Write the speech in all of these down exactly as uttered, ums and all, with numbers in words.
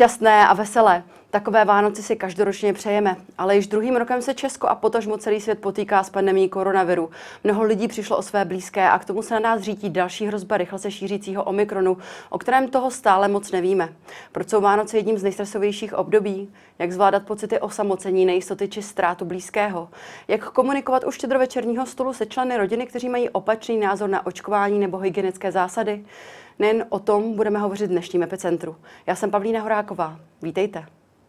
Šťastné a veselé. Takové Vánoce si každoročně přejeme, ale již druhým rokem se Česko a potažmo celý svět potýká s pandemií koronaviru. Mnoho lidí přišlo o své blízké a k tomu se na nás řítí další hrozba rychle se šířícího omikronu, o kterém toho stále moc nevíme. Proč jsou Vánoce jedním z nejstresovějších období? Jak zvládat pocity osamocení, nejistoty či ztrátu blízkého? Jak komunikovat u štědrovečerního stolu se členy rodiny, kteří mají opačný názor na očkování nebo hygienické zásady? Nejen o tom budeme hovořit v dnešním Epicentru. Já jsem Pavlína Horáková. Vítejte.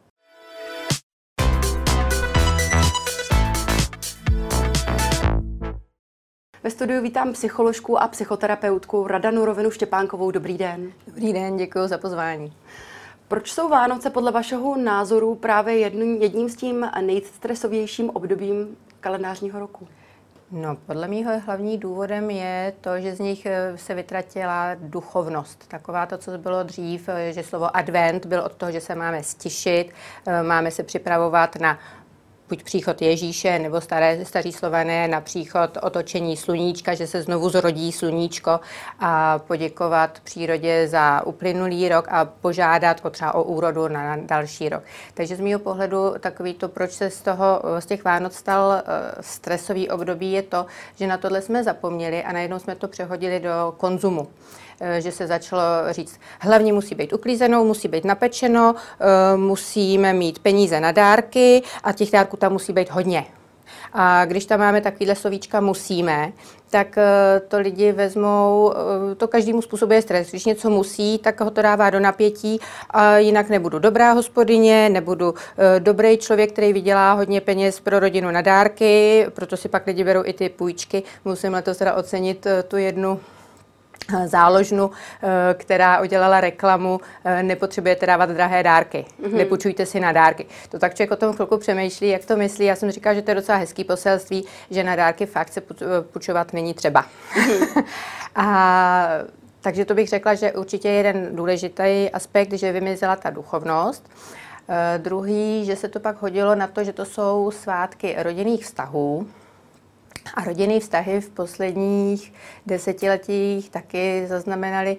Ve studiu vítám psycholožku a psychoterapeutku Radanu Rovinu Štěpánkovou. Dobrý den. Dobrý den, děkuji za pozvání. Proč jsou Vánoce podle vašeho názoru právě jedním, jedním z tím nejstresovějším obdobím kalendářního roku? No, podle mého hlavní důvodem je to, že z nich se vytratila duchovnost. Taková to, co bylo dřív, že slovo advent byl od toho, že se máme stišit, máme se připravovat na buď příchod Ježíše, nebo staré, staří Slované na příchod otočení sluníčka, že se znovu zrodí sluníčko, a poděkovat přírodě za uplynulý rok a požádat o třeba o úrodu na další rok. Takže z mého pohledu takový to, proč se z toho, z těch Vánoc stal stresový období, je to, že na tohle jsme zapomněli a najednou jsme to přehodili do konzumu. Že se začalo říct, hlavně musí být uklízeno, musí být napečeno, musíme mít peníze na dárky a těch dárků tam musí být hodně. A když tam máme takovýhle slovíčka musíme, tak to lidi vezmou, to každému způsobuje stres. Když něco musí, tak ho to dává do napětí a jinak nebudu dobrá hospodyně, nebudu dobrý člověk, který vydělá hodně peněz pro rodinu na dárky, proto si pak lidi berou i ty půjčky. Musím letos teda ocenit tu jednu záložnu, která udělala reklamu, nepotřebujete dávat drahé dárky, mm-hmm. nepůjčujte si na dárky. To tak člověk o tom chvilku přemýšlí, jak to myslí. Já jsem říkala, že to je docela hezký poselství, že na dárky fakt se půjčovat není třeba. Mm-hmm. a takže to bych řekla, že určitě je jeden důležitý aspekt, že vymizela ta duchovnost. Uh, druhý, že se to pak hodilo na to, že to jsou svátky rodinných vztahů. A rodinné vztahy v posledních desetiletích taky zaznamenaly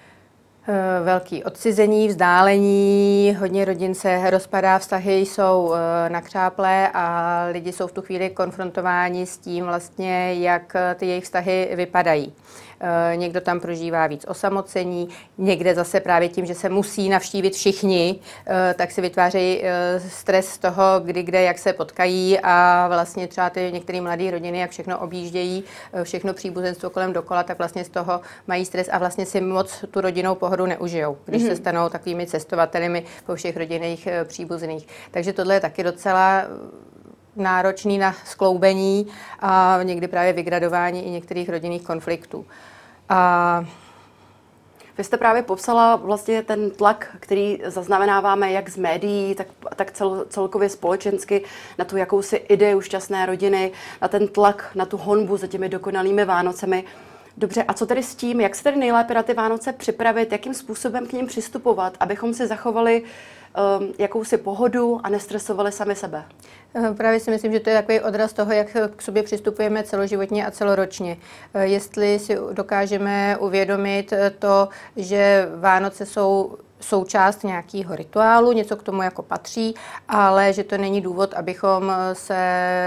velké odcizení, vzdálení, hodně rodin se rozpadá, vztahy jsou nakřáplé a lidi jsou v tu chvíli konfrontováni s tím vlastně, jak ty jejich vztahy vypadají. Někdo tam prožívá víc osamocení, někde zase právě tím, že se musí navštívit všichni, tak si vytvářejí stres z toho, kdy, kde, jak se potkají, a vlastně třeba ty některé mladé rodiny, jak všechno objíždějí, všechno příbuzenstvo kolem dokola, tak vlastně z toho mají stres a vlastně si moc tu rodinnou pohodu neužijou, když mm-hmm. se stanou takovými cestovatelemi po všech rodinných příbuzných. Takže tohle je taky docela náročný na skloubení a někdy právě vygradování i některých rodinných konfliktů. A vy jste právě popsala vlastně ten tlak, který zaznamenáváme jak z médií, tak, tak cel, celkově společensky na tu jakousi ideu šťastné rodiny, na ten tlak, na tu honbu za těmi dokonalými Vánocemi. Dobře, a co tedy s tím, jak se tedy nejlépe na ty Vánoce připravit, jakým způsobem k nim přistupovat, abychom si zachovali um, jakousi pohodu a nestresovali sami sebe? Právě si myslím, že to je takový odraz toho, jak k sobě přistupujeme celoživotně a celoročně. Jestli si dokážeme uvědomit to, že Vánoce jsou součást nějakého rituálu, něco k tomu jako patří, ale že to není důvod, abychom se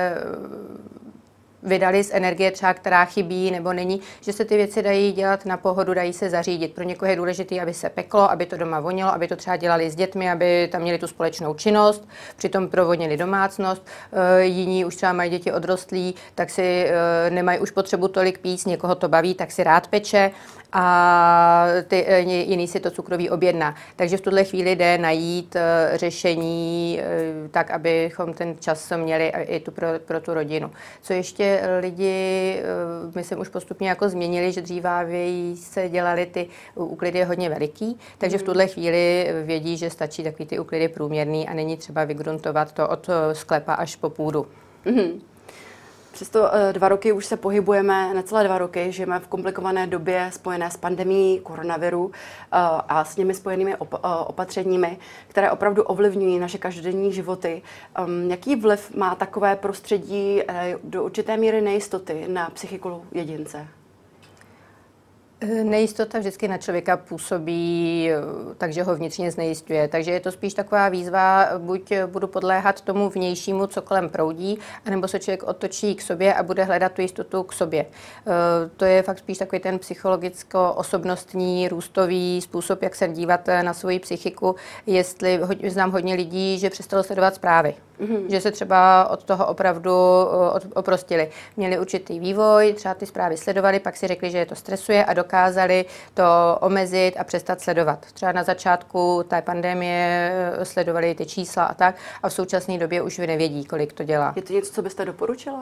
vydali z energie třeba, která chybí nebo není, že se ty věci dají dělat na pohodu, dají se zařídit. Pro někoho je důležité, aby se peklo, aby to doma vonilo, aby to třeba dělali s dětmi, aby tam měli tu společnou činnost, přitom provodnili domácnost. E, jiní už třeba mají děti odrostlí, tak si e, nemají už potřebu tolik pít, někoho to baví, tak si rád peče a ty, e, jiný si to cukroví objedná. Takže v tuhle chvíli jde najít e, řešení e, tak, abychom ten čas měli i tu pro, pro tu rodinu. Co ještě lidi, myslím, už postupně jako změnili, že dřívávěji se dělali ty úklidy hodně veliký, takže v tuhle chvíli vědí, že stačí takový ty úklidy průměrný a není třeba vygruntovat to od sklepa až po půdu. Mm-hmm. Přesto dva roky už se pohybujeme, necelé dva roky, žijeme v komplikované době spojené s pandemií koronaviru a s nimi spojenými opatřeními, které opravdu ovlivňují naše každodenní životy. Jaký vliv má takové prostředí do určité míry nejistoty na psychiku jedince? Nejistota vždycky na člověka působí, takže ho vnitřně znejistuje. Takže je to spíš taková výzva, buď budu podléhat tomu vnějšímu, co kolem proudí, anebo se člověk otočí k sobě a bude hledat tu jistotu k sobě. To je fakt spíš takový ten psychologicko-osobnostní, růstový způsob, jak se dívat na svoji psychiku. Jestli znám hodně lidí, že přestalo sledovat zprávy. Mm-hmm. Že se třeba od toho opravdu oprostili. Měli určitý vývoj, třeba ty zprávy sledovali, pak si řekli, že je to stresuje a dokázali to omezit a přestat sledovat. Třeba na začátku té pandemie sledovali ty čísla a tak a v současné době už nevědí, kolik to dělá. Je to něco, co byste doporučila?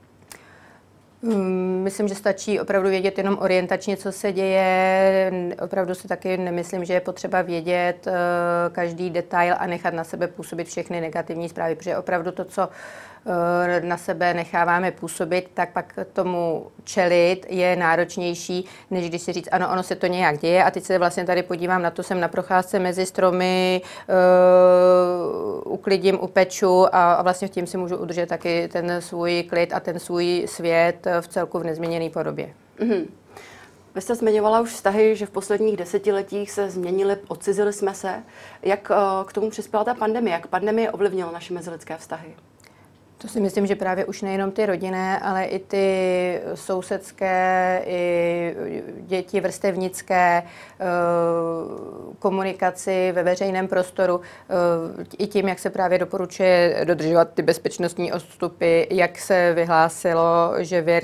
Myslím, že stačí opravdu vědět jenom orientačně, co se děje. Opravdu si taky nemyslím, že je potřeba vědět každý detail a nechat na sebe působit všechny negativní zprávy, protože opravdu to, co na sebe necháváme působit, tak pak tomu čelit je náročnější, než když si říct, ano, ono se to nějak děje a teď se vlastně tady podívám na to, jsem na procházce mezi stromy, uh, uklidím, upeču a, a vlastně tím si můžu udržet taky ten svůj klid a ten svůj svět v celku v nezměněné podobě. Mm-hmm. Vy jste zmiňovala už vztahy, že v posledních desetiletích se změnily, odcizili jsme se. Jak uh, k tomu přispěla ta pandemie? Jak pandemie ovlivnila naše mezilidské vztahy? To si myslím, že právě už nejenom ty rodinné, ale i ty sousedské, i děti vrstevnické, komunikaci ve veřejném prostoru, i tím, jak se právě doporučuje dodržovat ty bezpečnostní odstupy, jak se vyhlásilo, že vir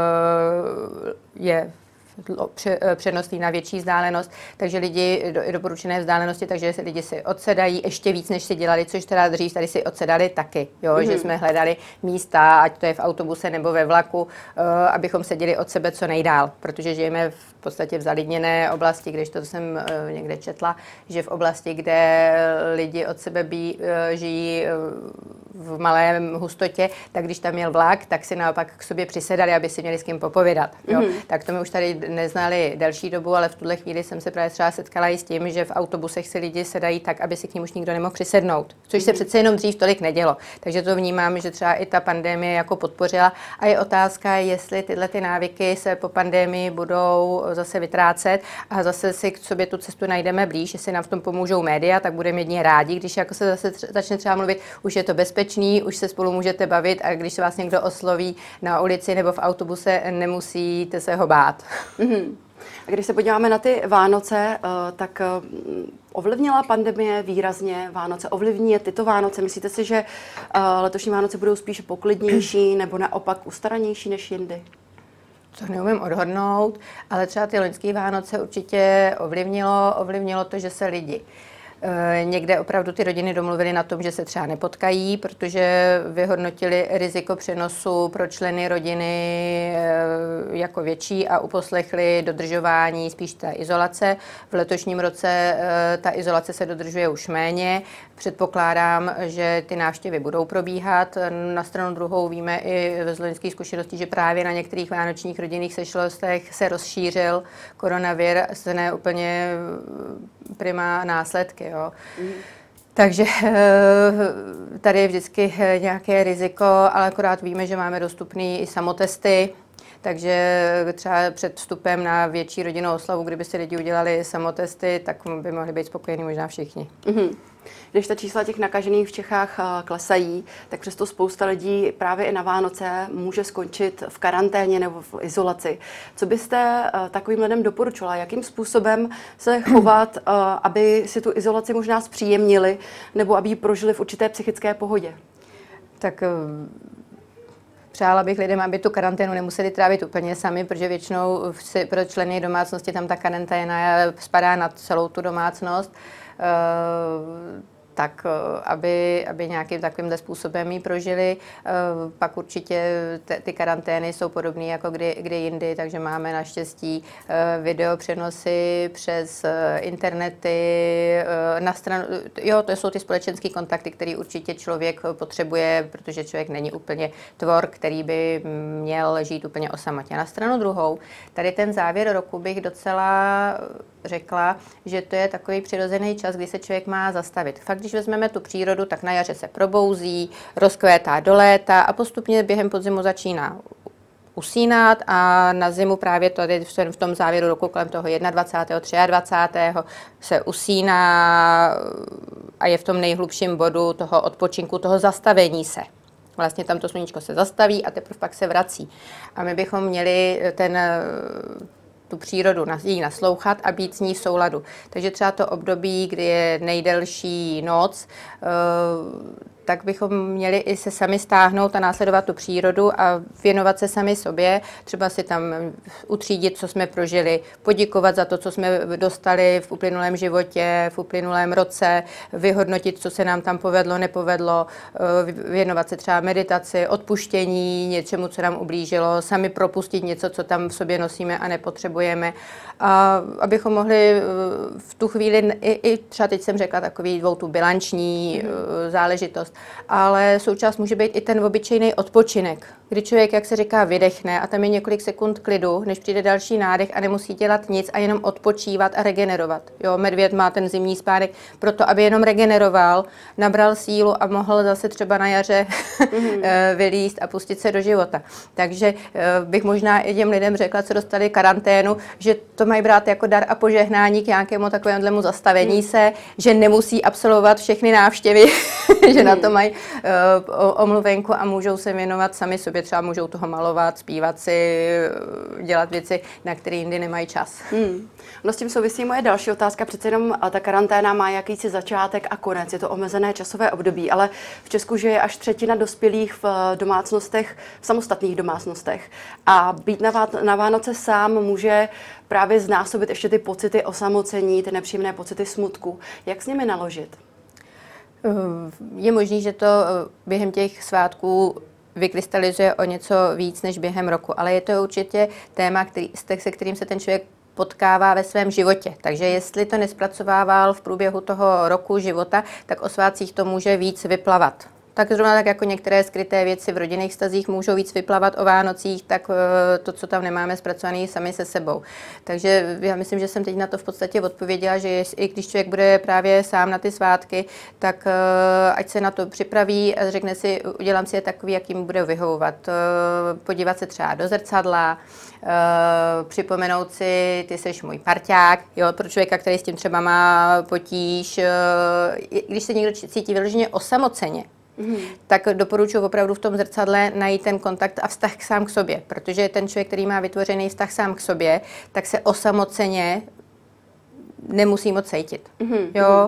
je přenosný na větší vzdálenost, takže lidi do doporučené vzdálenosti, takže se lidi si odsedají ještě víc, než si dělali, což teda dřív tady si odsedali taky, jo, mm-hmm. že jsme hledali místa, ať to je v autobuse nebo ve vlaku, uh, abychom seděli od sebe co nejdál, protože žijeme v podstatě v zalidněné oblasti, když to jsem uh, někde četla, že v oblasti, kde lidi od sebe bí, uh, žijí uh, v malém hustotě, tak když tam měl vlak, tak si naopak k sobě přisedali, aby si měli s kým popovědat. Jo. Mm-hmm. Tak to my už tady neznali delší dobu, ale v tuhle chvíli jsem se právě třeba setkala i s tím, že v autobusech si lidi sedají tak, aby si k ním už nikdo nemohl přisednout. Což se přece jenom dřív tolik nedělo. Takže to vnímám, že třeba i ta pandemie jako podpořila. A je otázka, jestli tyhle ty návyky se po pandemii budou zase vytrácet a zase si k sobě tu cestu najdeme blíž, jestli nám v tom pomůžou média, tak budeme jedně rádi, když jako se zase tř- začne třeba mluvit, už je to bezpečný, už se spolu můžete bavit a když se vás někdo osloví na ulici nebo v autobuse, nemusíte se ho bát. Mm-hmm. A když se podíváme na ty Vánoce, tak ovlivnila pandemie výrazně Vánoce? Ovlivní je tyto Vánoce? Myslíte si, že letošní Vánoce budou spíše poklidnější nebo naopak ustaranější než jindy? To neumím odhodnout, ale třeba ty loňské Vánoce určitě ovlivnilo, ovlivnilo to, že se lidi někde opravdu ty rodiny domluvily na tom, že se třeba nepotkají, protože vyhodnotili riziko přenosu pro členy rodiny jako větší a uposlechli dodržování spíš té izolace. V letošním roce ta izolace se dodržuje už méně. Předpokládám, že ty návštěvy budou probíhat. Na stranu druhou víme i z loňských zkušeností, že právě na některých vánočních rodinných sešlostech se rozšířil koronavir s ne úplně prima následky. Jo. Mm. Takže tady je vždycky nějaké riziko, ale akorát víme, že máme dostupné i samotesty, takže třeba před vstupem na větší rodinnou oslavu, kdyby si lidi udělali samotesty, tak by mohli být spokojení možná všichni. Mm-hmm. Když ta čísla těch nakažených v Čechách klesají, tak přesto spousta lidí právě i na Vánoce může skončit v karanténě nebo v izolaci. Co byste takovým lidem doporučila? Jakým způsobem se chovat, aby si tu izolaci možná zpříjemnili nebo aby ji prožili v určité psychické pohodě? Tak přála bych lidem, aby tu karanténu nemuseli trávit úplně sami, protože většinou pro členy domácnosti tam ta karanténa spadá na celou tu domácnost. Tak aby, aby nějakým takovýmhle způsobem ji prožili. Pak určitě ty karantény jsou podobné jako kdy, kdy jindy, takže máme naštěstí videopřenosy přes internety, na stranu, jo, to jsou ty společenské kontakty, které určitě člověk potřebuje, protože člověk není úplně tvor, který by měl žít úplně osamoceně. Na stranu druhou, tady ten závěr roku bych docela řekla, že to je takový přirozený čas, kdy se člověk má zastavit. Fakt, když vezmeme tu přírodu, tak na jaře se probouzí, rozkvétá do léta a postupně během podzimu začíná usínat a na zimu právě tady v tom závěru roku kolem toho dvacátého prvního, dvacátého třetího se usíná a je v tom nejhlubším bodu toho odpočinku, toho zastavení se. Vlastně tam to sluníčko se zastaví a teprve pak se vrací. A my bychom měli ten, tu přírodu jí naslouchat a být s ní v souladu. Takže třeba to období, kdy je nejdelší noc, tak bychom měli i se sami stáhnout a následovat tu přírodu a věnovat se sami sobě, třeba si tam utřídit, co jsme prožili, poděkovat za to, co jsme dostali v uplynulém životě, v uplynulém roce, vyhodnotit, co se nám tam povedlo, nepovedlo, věnovat se třeba meditaci, odpuštění, něčemu, co nám ublížilo, sami propustit něco, co tam v sobě nosíme a nepotřebujeme. A abychom mohli v tu chvíli, i, i třeba teď jsem řekla takový dvou tu bilanční mm. záležitost, ale součást může být i ten obyčejný odpočinek, kdy člověk, jak se říká, vydechne a tam je několik sekund klidu, než přijde další nádech a nemusí dělat nic a jenom odpočívat a regenerovat. Jo, medvěd má ten zimní spánek proto, aby jenom regeneroval, nabral sílu a mohl zase třeba na jaře mm. vylízt a pustit se do života. Takže bych možná i těm lidem řekla, co dostali karanténu, že to mají brát jako dar a požehnání k nějakému takovému zastavení mm. se, že nemusí absolvovat všechny návštěvy, že na to mají uh, omluvenku a můžou se věnovat sami sobě, třeba můžou toho malovat, zpívat si, dělat věci, na které jindy nemají čas. Hmm. No s tím souvisí moje další otázka, přece jenom ta karanténa má jakýsi začátek a konec, je to omezené časové období, ale v Česku žije až třetina dospělých v domácnostech, v samostatných domácnostech a být na, Vá- na Vánoce sám může právě znásobit ještě ty pocity osamocení, ty nepříjemné pocity smutku. Jak s nimi naložit? Je možné, že to během těch svátků vykrystalizuje o něco víc než během roku, ale je to určitě téma, který, se kterým se ten člověk potkává ve svém životě. Takže jestli to nespracovával v průběhu toho roku života, tak o svátcích to může víc vyplavat. Tak zrovna tak jako některé skryté věci v rodinných vztazích můžou víc vyplavat o Vánocích, tak to, co tam nemáme zpracované sami se sebou. Takže já myslím, že jsem teď na to v podstatě odpověděla, že i když člověk bude právě sám na ty svátky, tak ať se na to připraví a řekne si, udělám si je takový, jaký mu bude vyhovovat. Podívat se třeba do zrcadla, Uh, připomenout si, ty seš můj parťák, jo, pro člověka, který s tím třeba má potíž, uh, když se někdo cítí vyloženě osamoceně, mm. tak doporučuji opravdu v tom zrcadle najít ten kontakt a vztah sám k sobě, protože ten člověk, který má vytvořený vztah sám k sobě, tak se osamoceně nemusí moc cítit. Mm-hmm. Jo?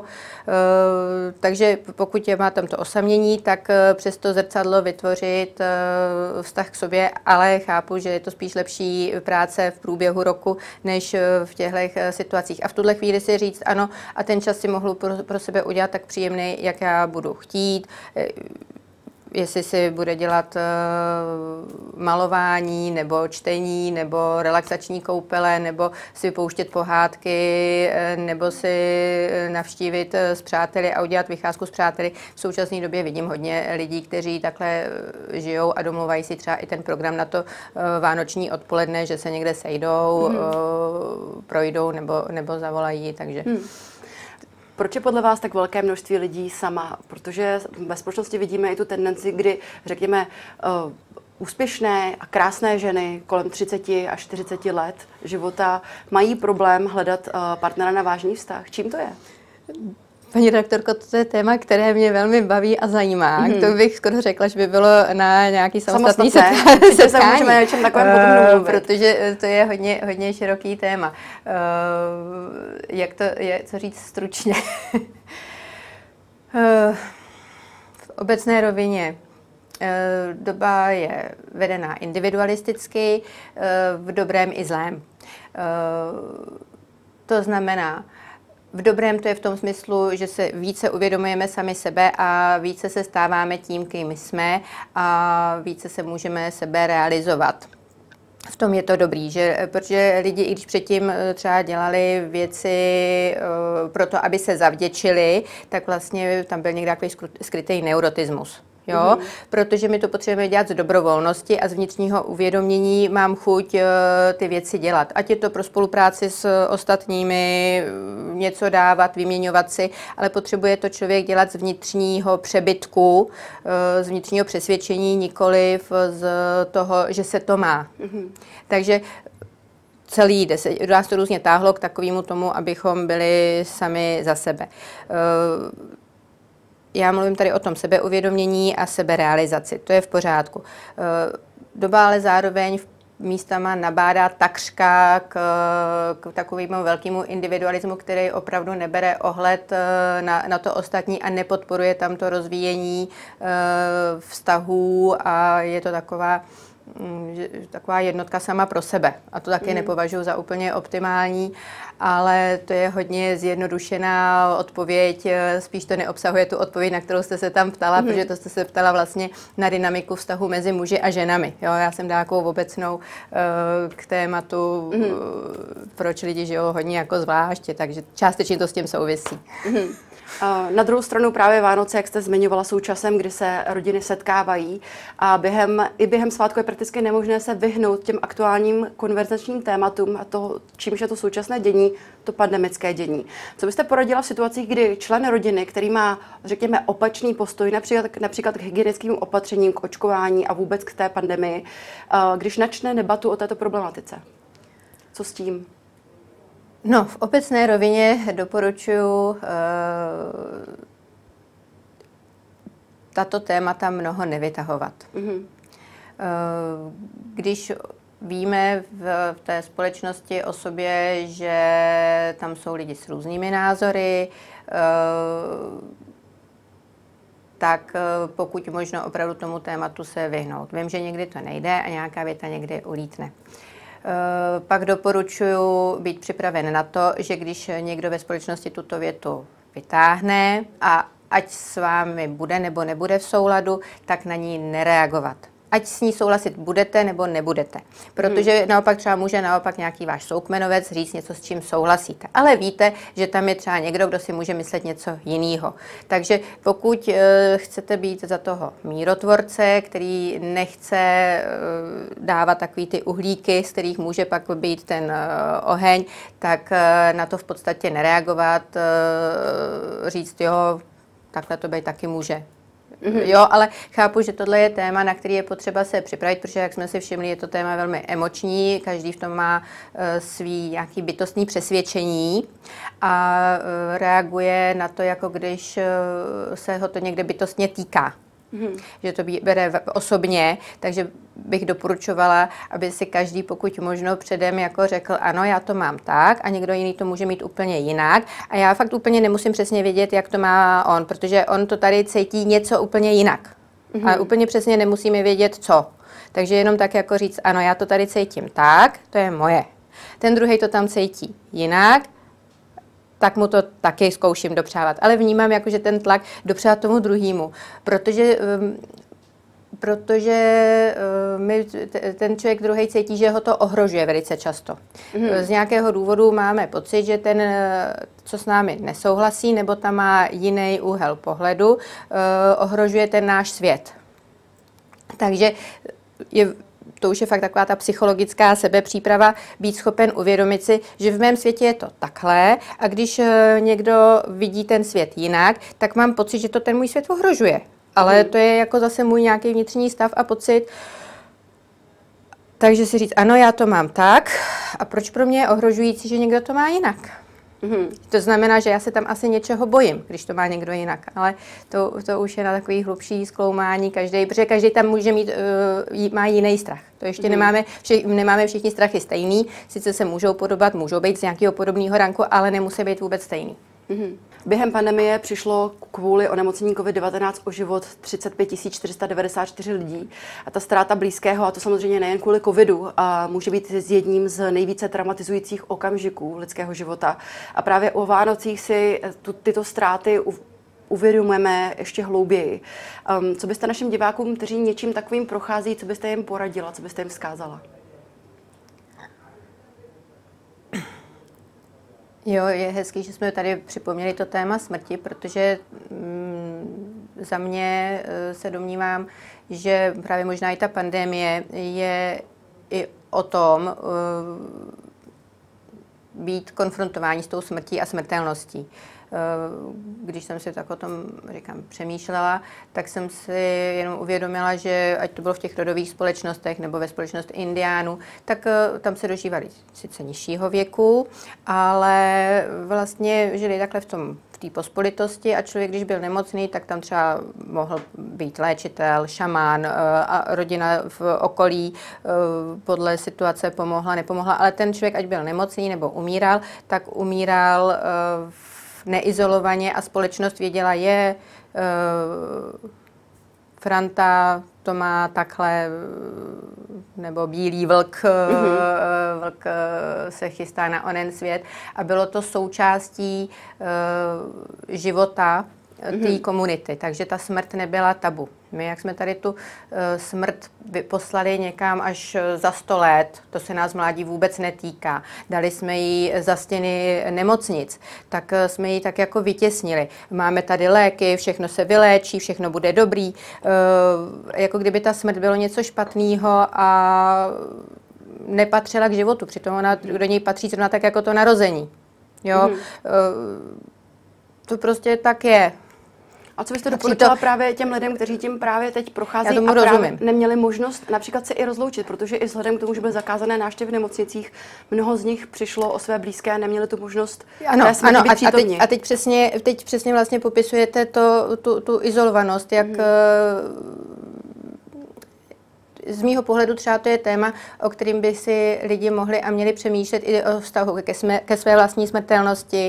E, takže pokud je má tam to osamění, tak e, přes to zrcadlo vytvořit e, vztah k sobě, ale chápu, že je to spíš lepší práce v průběhu roku, než v těchto situacích. A v tuhle chvíli si říct ano, a ten čas si mohu pro, pro sebe udělat tak příjemný, jak já budu chtít. E, jestli si bude dělat uh, malování, nebo čtení, nebo relaxační koupele, nebo si pouštět pohádky, nebo si navštívit s přáteli a udělat vycházku s přáteli. V současné době vidím hodně lidí, kteří takhle žijou a domluvají si třeba i ten program na to uh, vánoční odpoledne, že se někde sejdou, hmm. uh, projdou nebo, nebo zavolají, takže... Hmm. Proč je podle vás tak velké množství lidí sama? Protože ve společnosti vidíme i tu tendenci, kdy, řekněme, uh, úspěšné a krásné ženy kolem třicet až čtyřicet let života mají problém hledat uh, partnera na vážný vztah. Čím to je? Paní redaktorko, to je téma, které mě velmi baví a zajímá. Mm. To bych skoro řekla, že by bylo na nějaký samostatný setkání. Se můžeme něčem takovém potom mluvit. Protože to je hodně, hodně široký téma. Uh, jak to je, co říct stručně? uh, v obecné rovině uh, doba je vedená individualisticky, uh, v dobrém i zlém. Uh, to znamená, v dobrém to je v tom smyslu, že se více uvědomujeme sami sebe a více se stáváme tím, kým jsme a více se můžeme sebe realizovat. V tom je to dobrý, že, protože lidi, i když předtím třeba dělali věci uh, pro to, aby se zavděčili, tak vlastně tam byl někde takový skrytý neurotismus. jo, mm. protože my to potřebujeme dělat z dobrovolnosti a z vnitřního uvědomění mám chuť uh, ty věci dělat. Ať je to pro spolupráci s ostatními, něco dávat, vyměňovat si, ale potřebuje to člověk dělat z vnitřního přebytku, uh, z vnitřního přesvědčení, nikoliv z toho, že se to má. Mm. Takže celý jde, nás to různě táhlo k takovému tomu, abychom byli sami za sebe. Já mluvím tady o tom sebeuvědomění a seberealizaci, to je v pořádku. Doba ale zároveň místama nabádá takřka k, k takovému velkému individualismu, který opravdu nebere ohled na, na to ostatní a nepodporuje tam to rozvíjení vztahů a je to taková taková jednotka sama pro sebe. A to taky mm. nepovažuji za úplně optimální, ale to je hodně zjednodušená odpověď. Spíš to neobsahuje tu odpověď, na kterou jste se tam ptala, mm. protože to jste se ptala vlastně na dynamiku vztahu mezi muži a ženami. Jo, já jsem dala takovou obecnou uh, k tématu, mm. uh, proč lidi žijou hodně jako zvláště, takže částečně to s tím souvisí. Mm. Na druhou stranu právě Vánoce, jak jste zmiňovala, jsou časem, kdy se rodiny setkávají a během, i během svátku je prakticky nemožné se vyhnout těm aktuálním konverzačním tématům a to, čímž je to současné dění, to pandemické dění. Co byste poradila v situacích, kdy člen rodiny, který má, řekněme, opačný postoj, například, například k hygienickým opatřením, k očkování a vůbec k té pandemii, když načne debatu o této problematice? Co s tím? No, v obecné rovině doporučuji uh, tato témata mnoho nevytahovat. Mm-hmm. Uh, když víme v, v té společnosti o sobě, že tam jsou lidi s různými názory, uh, tak uh, pokud možno opravdu tomu tématu se vyhnout. Vím, že někdy to nejde a nějaká věta někdy ulítne. Pak doporučuji být připraven na to, že když někdo ve společnosti tuto větu vytáhne a ať s vámi bude nebo nebude v souladu, tak na ní nereagovat. Ať s ní souhlasit budete nebo nebudete. Protože hmm. naopak třeba může naopak nějaký váš soukmenovec říct něco, s čím souhlasíte. Ale víte, že tam je třeba někdo, kdo si může myslet něco jiného. Takže pokud uh, chcete být za toho mírotvorce, který nechce uh, dávat takový ty uhlíky, z kterých může pak být ten uh, oheň, tak uh, na to v podstatě nereagovat, uh, říct jo, takhle to být taky může. Mm-hmm. Jo, ale chápu, že tohle je téma, na který je potřeba se připravit, protože jak jsme si všimli, je to téma velmi emoční, každý v tom má uh, svý nějaký bytostný přesvědčení a uh, reaguje na to, jako když uh, se ho to někde bytostně týká. Mm-hmm. Že to bere osobně, takže bych doporučovala, aby si každý pokud možno předem jako řekl, ano, já to mám tak a někdo jiný to může mít úplně jinak a já fakt úplně nemusím přesně vědět, jak to má on, protože on to tady cítí něco úplně jinak. Mm-hmm. A úplně přesně nemusíme vědět, co. Takže jenom tak jako říct, ano, já to tady cítím tak, to je moje. Ten druhý to tam cítí jinak, tak mu to taky zkouším dopřávat. Ale vnímám jako, že ten tlak dopřát tomu druhému, protože, um, protože um, my, t- ten člověk druhý cítí, že ho to ohrožuje velice často. Mm. Z nějakého důvodu máme pocit, že ten, co s námi nesouhlasí, nebo tam má jiný úhel pohledu, uh, ohrožuje ten náš svět. Takže je to už je fakt taková ta psychologická sebepříprava, být schopen uvědomit si, že v mém světě je to takhle a když někdo vidí ten svět jinak, tak mám pocit, že to ten můj svět ohrožuje. Ale mm. to je jako zase můj nějaký vnitřní stav a pocit. Takže si říct, ano, já to mám tak a proč pro mě je ohrožující, že někdo to má jinak? Mm. To znamená, že já se tam asi něčeho bojím, když to má někdo jinak, ale to, to už je na takový hlubší zkoumání každý, protože každý tam může mít, uh, má jiný strach. To ještě mm. nemáme, vši, nemáme všichni strachy stejný, sice se můžou podobat, můžou být z nějakého podobného ranku, ale nemusí být vůbec stejný. Mm. Během pandemie přišlo kvůli onemocnění covid devatenáct o život třicet pět tisíc čtyři sta devadesát čtyři lidí a ta ztráta blízkého, a to samozřejmě nejen kvůli covidu, a může být jedním z nejvíce traumatizujících okamžiků lidského života. A právě o Vánocích si tu, tyto ztráty u, uvědomujeme ještě hlouběji. Um, co byste našim divákům, kteří něčím takovým prochází, co byste jim poradila, co byste jim vzkázala? Jo, je hezký, že jsme tady připomněli to téma smrti, protože mm, za mě se domnívám, že právě možná i ta pandemie je i o tom být konfrontování s tou smrtí a smrtelností. Když jsem si tak o tom, říkám, přemýšlela, tak jsem si jenom uvědomila, že ať to bylo v těch rodových společnostech nebo ve společnosti indiánů, tak tam se dožívali sice nižšího věku, ale vlastně žili takhle v tom v té pospolitosti a člověk, když byl nemocný, tak tam třeba mohl být léčitel, šamán a rodina v okolí podle situace pomohla, nepomohla, ale ten člověk, ať byl nemocný nebo umíral, tak umíral v neizolovaně a společnost věděla, je uh, Franta to má takhle, nebo bílý vlk, mm-hmm. vlk se chystá na onen svět a bylo to součástí uh, života té mm-hmm. komunity, takže ta smrt nebyla tabu. My, jak jsme tady tu uh, smrt poslali někam až za sto let, to se nás mládí vůbec netýká. Dali jsme ji za stěny nemocnic, tak uh, jsme ji tak jako vytěsnili. Máme tady léky, všechno se vyléčí, všechno bude dobrý. Uh, jako kdyby ta smrt bylo něco špatného a nepatřila k životu. Přitom ona do něj patří zrovna tak jako to narození. Jo? Mm. Uh, to prostě tak je. A co byste doporučila to právě těm lidem, kteří tím právě teď procházejí a rozumím. právě neměli možnost například se i rozloučit, protože i vzhledem k tomu, že byly zakázané návštěvy v nemocnicích, mnoho z nich přišlo o své blízké a neměli tu možnost ano, té smrti ano, být a, přítomni. a, teď, a teď, přesně, teď přesně vlastně popisujete to, tu, tu izolovanost, jak hmm. z mýho pohledu třeba to je téma, o kterým by si lidi mohli a měli přemýšlet i o vztahu ke, sme, ke své vlastní smrtelnosti,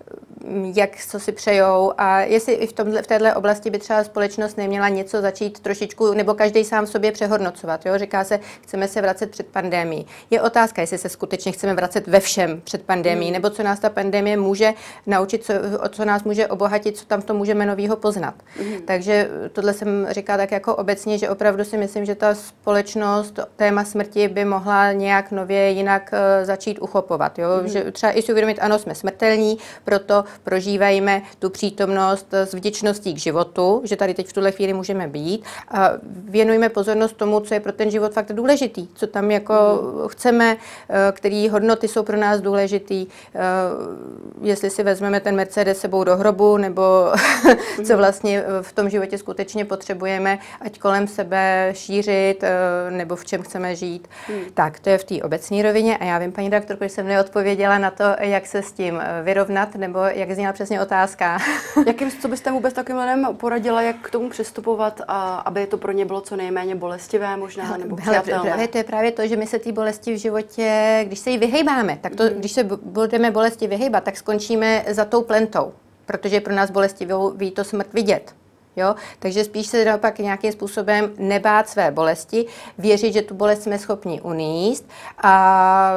jak co si přejou a jestli i v, tomhle, v této oblasti by třeba společnost neměla něco začít trošičku, nebo každý sám v sobě přehodnocovat. Jo? Říká se, chceme se vracet před pandemií. Je otázka, jestli se skutečně chceme vracet ve všem před pandemií, mm. nebo co nás ta pandemie může naučit, co, co nás může obohatit, co tam to můžeme novýho poznat. Mm. Takže tohle jsem říká tak jako obecně, že opravdu si myslím, že ta společnost téma smrti by mohla nějak nově jinak uh, začít uchopovat. Jo? Mm. Že třeba i si uvědomit, ano, jsme smrtelní, proto prožívajme tu přítomnost s vděčností k životu, že tady teď v tuhle chvíli můžeme být a věnujme pozornost tomu, co je pro ten život fakt důležitý, co tam jako mm. chceme, které hodnoty jsou pro nás důležitý, jestli si vezmeme ten Mercedes sebou do hrobu, nebo mm. co vlastně v tom životě skutečně potřebujeme, ať kolem sebe šířit, nebo v čem chceme žít. Mm. Tak, to je v té obecné rovině a já vím, paní doktorko, že jsem neodpověděla na to, jak se s tím vyrovnat, nebo jak zněla přesně otázka. Jakým, co byste vůbec takovým lidem poradila, jak k tomu přistupovat, a aby to pro ně bylo co nejméně bolestivé možná, nebo přijatelné? Hele, to je právě to, že my se té bolesti v životě, když se jí vyhejbáme, tak to, mm. když se budeme bolesti vyhejbat, tak skončíme za tou plentou, protože je pro nás bolestivou ví to smrt vidět. Jo? Takže spíš se naopak nějakým způsobem nebát své bolesti, věřit, že tu bolest jsme schopni unést. A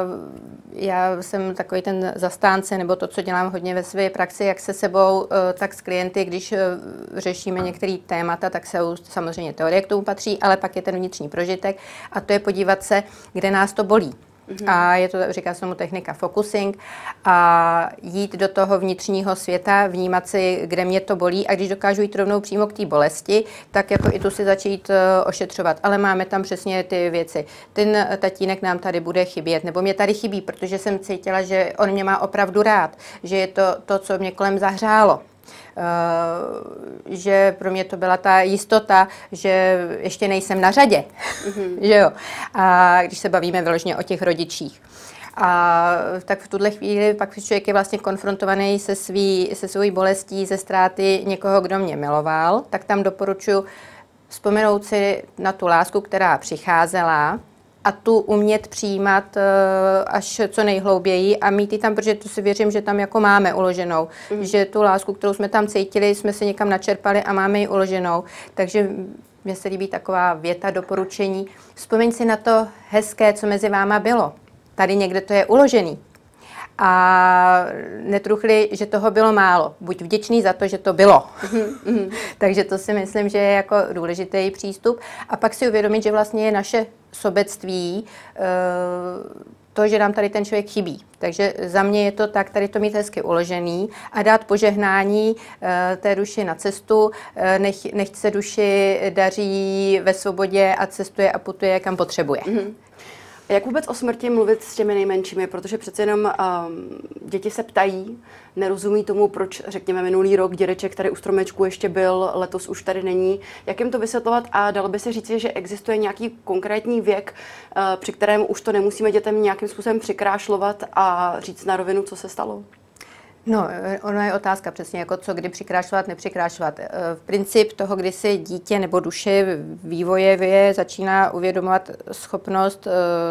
já jsem takový ten zastánce, nebo to, co dělám hodně ve své praxi, jak se sebou, tak s klienty, když řešíme některé témata, tak jsou samozřejmě teorie k tomu patří, ale pak je ten vnitřní prožitek a to je podívat se, kde nás to bolí. A je to, říká se tomu technika focusing a jít do toho vnitřního světa, vnímat si, kde mě to bolí a když dokážu jít rovnou přímo k té bolesti, tak jako i tu si začít uh, ošetřovat. Ale máme tam přesně ty věci. Ten tatínek nám tady bude chybět, nebo mě tady chybí, protože jsem cítila, že on mě má opravdu rád, že je to to, co mě kolem zahřálo. Uh, že pro mě to byla ta jistota, že ještě nejsem na řadě, mm-hmm. že jo. A když se bavíme vyloženě o těch rodičích. A tak v tuhle chvíli pak člověk je vlastně konfrontovaný se, svý, se svojí bolestí ze ztráty někoho, kdo mě miloval, tak tam doporučuji vzpomenout si na tu lásku, která přicházela, a tu umět přijímat uh, až co nejhlouběji a mít ji tam, protože to si věřím, že tam jako máme uloženou. Mm. Že tu lásku, kterou jsme tam cítili, jsme si někam načerpali a máme ji uloženou. Takže mně se líbí taková věta, doporučení. Vzpomeň si na to hezké, co mezi váma bylo. Tady někde to je uložený. A netruchli, že toho bylo málo. Buď vděčný za to, že to bylo. Mm. Takže to si myslím, že je jako důležitý přístup. A pak si uvědomit, že vlastně je naše sobectví, to, že nám tady ten člověk chybí. Takže za mě je to tak, tady to mít hezky uložený a dát požehnání e, té duši na cestu, e, nech, nech se duši daří ve svobodě a cestuje a putuje, kam potřebuje. Mm-hmm. Jak vůbec o smrti mluvit s těmi nejmenšími? Protože přece jenom um, děti se ptají, nerozumí tomu, proč, řekněme, minulý rok dědeček tady u stromečku ještě byl, letos už tady není. Jak jim to vysvětlovat a dalo by se říct, že existuje nějaký konkrétní věk, uh, při kterém už to nemusíme dětem nějakým způsobem přikrášlovat a říct na rovinu, co se stalo? No, ono je otázka přesně, jako co kdy přikrášlovat, nepřikrášovat. V princip toho, kdy si dítě nebo duše vývojevě začíná uvědomovat schopnost,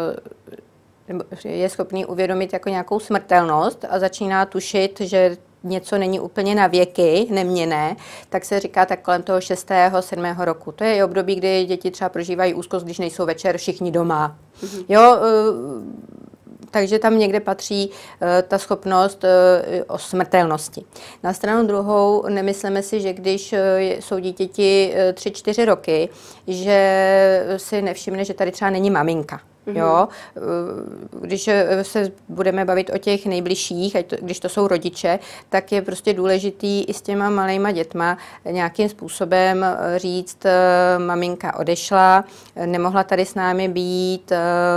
je schopný uvědomit jako nějakou smrtelnost a začíná tušit, že něco není úplně na věky, neměnné, tak se říká tak kolem toho šestého, sedmého roku. To je období, kdy děti třeba prožívají úzkost, když nejsou večer všichni doma. Mm-hmm. Jo, takže tam někde patří uh, ta schopnost uh, o smrtelnosti. Na stranu druhou nemyslíme si, že když uh, jsou dítěti uh, tři, čtyři roky, že si nevšimne, že tady třeba není maminka. Mm-hmm. Jo? Když se budeme bavit o těch nejbližších, ať to, když to jsou rodiče, tak je prostě důležitý i s těma malejma dětma nějakým způsobem říct, maminka odešla, nemohla tady s námi být,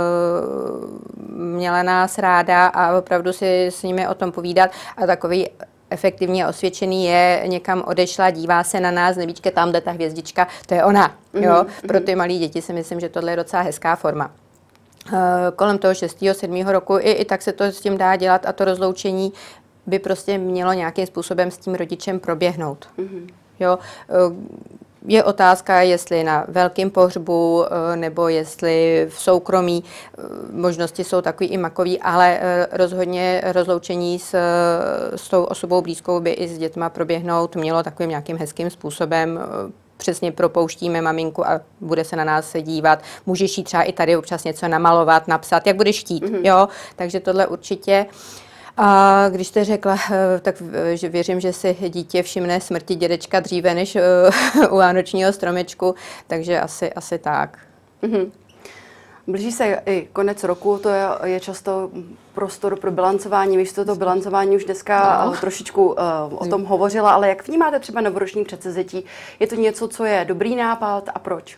měla nás ráda a opravdu si s nimi o tom povídat a takový efektivně osvědčený je, někam odešla, dívá se na nás, nevíčke, tam jde ta hvězdička, to je ona. Jo? Mm-hmm. Pro ty malé děti si myslím, že tohle je docela hezká forma. Kolem toho šestého, sedmého roku i, i tak se to s tím dá dělat a to rozloučení by prostě mělo nějakým způsobem s tím rodičem proběhnout. Mm-hmm. Jo? Je otázka, jestli na velkém pohřbu nebo jestli v soukromí, možnosti jsou takový i makový, ale rozhodně rozloučení s, s tou osobou blízkou by i s dětma proběhnout mělo takovým nějakým hezkým způsobem. Přesně propouštíme maminku a bude se na nás dívat. Můžeš jí třeba i tady občas něco namalovat, napsat, jak budeš chtít. Mm-hmm. Jo? Takže tohle určitě. A když jste řekla, tak že věřím, že si dítě všimne smrti dědečka dříve než u vánočního stromečku, takže asi, asi tak. Mm-hmm. Blíží se i konec roku, to je, je často prostor pro bilancování. Vy jste to bilancování už dneska no. trošičku uh, o tom hovořila, ale jak vnímáte třeba novoroční předsevzetí? Je to něco, co je dobrý nápad a proč?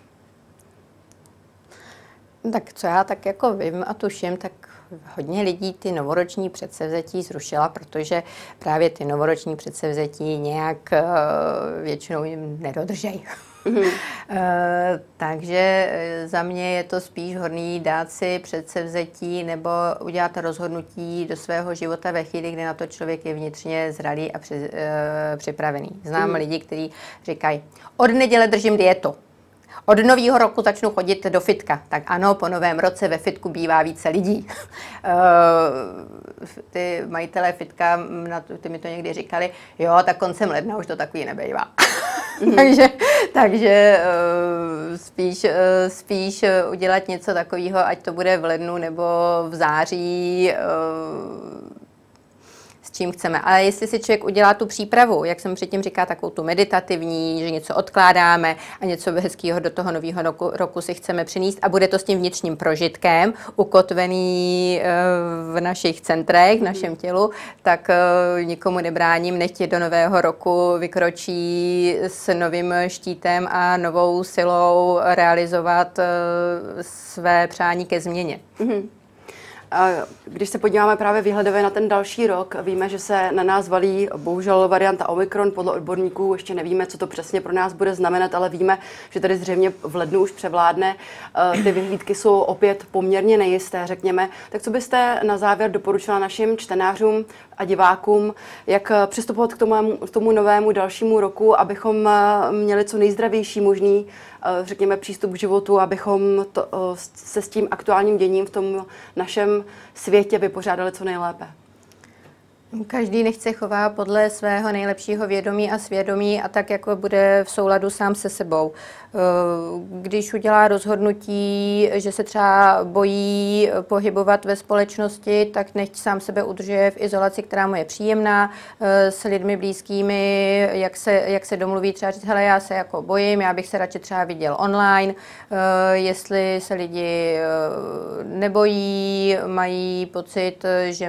Tak co já tak jako vím a tuším, tak hodně lidí ty novoroční předsevzetí zrušila, protože právě ty novoroční předsevzetí nějak uh, většinou jim nedodržejí. Mm-hmm. uh, takže za mě je to spíš hodný dát si předsevzetí nebo udělat rozhodnutí do svého života ve chvíli, kdy na to člověk je vnitřně zralý a při, uh, připravený. Znám mm-hmm. lidi, kteří říkají, od neděle držím dietu. Od nového roku začnu chodit do fitka. Tak ano, po novém roce ve fitku bývá více lidí. Ty majitelé fitka, ty mi to někdy říkali, jo, tak koncem ledna už to takový nebejvá. Mm. takže takže spíš, spíš udělat něco takového, ať to bude v lednu nebo v září, s čím chceme. Ale jestli si člověk udělá tu přípravu, jak jsem předtím říkala, takovou tu meditativní, že něco odkládáme a něco hezkého do toho nového roku, roku si chceme přinést a bude to s tím vnitřním prožitkem, ukotvený v našich centrech, v našem tělu, tak nikomu nebráním, nechť do nového roku vykročí s novým štítem a novou silou realizovat své přání ke změně. Mm-hmm. Když se podíváme právě výhledově na ten další rok, víme, že se na nás valí bohužel varianta Omikron. Podle odborníků ještě nevíme, co to přesně pro nás bude znamenat, ale víme, že tady zřejmě v lednu už převládne. Ty vyhlídky jsou opět poměrně nejisté, řekněme. Tak co byste na závěr doporučila našim čtenářům a divákům, jak přistupovat k tomu, k tomu novému dalšímu roku, abychom měli co nejzdravější možný, řekněme, přístup k životu, abychom to, se s tím aktuálním děním v tom našem světě vypořádali co nejlépe? Každý nechce chová podle svého nejlepšího vědomí a svědomí a tak, jako bude v souladu sám se sebou. Když udělá rozhodnutí, že se třeba bojí pohybovat ve společnosti, tak nechť sám sebe udržuje v izolaci, která mu je příjemná, s lidmi blízkými, jak se, jak se domluví, třeba říct, hele, já se jako bojím, já bych se radši třeba viděl online, jestli se lidi nebojí, mají pocit, že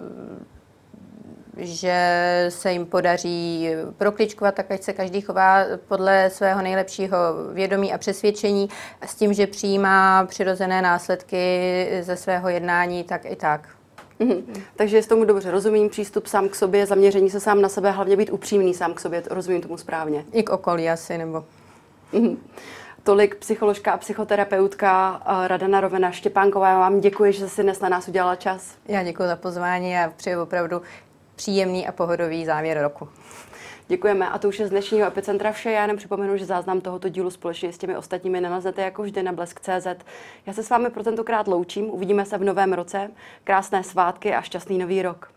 že se jim podaří prokličkovat, tak ať se každý chová podle svého nejlepšího vědomí a přesvědčení s tím, že přijímá přirozené následky ze svého jednání, tak i tak. Mhm. Takže s tomu dobře rozumím, přístup sám k sobě, zaměření se sám na sebe, hlavně být upřímný sám k sobě, rozumím tomu správně. I k okolí asi, nebo... Mhm. Tolik psycholožka a psychoterapeutka Radana Rovena-Štěpánková. Já vám děkuji, že jste si dnes na nás udělala čas. Já děkuji za pozvání a přeji opravdu příjemný a pohodový závěr roku. Děkujeme a to už je z dnešního Epicentra vše. Já jenom připomenu, že záznam tohoto dílu společně s těmi ostatními naleznete jako vždy na blesk tečka cé zet. Já se s vámi pro tentokrát loučím, uvidíme se v novém roce. Krásné svátky a šťastný nový rok.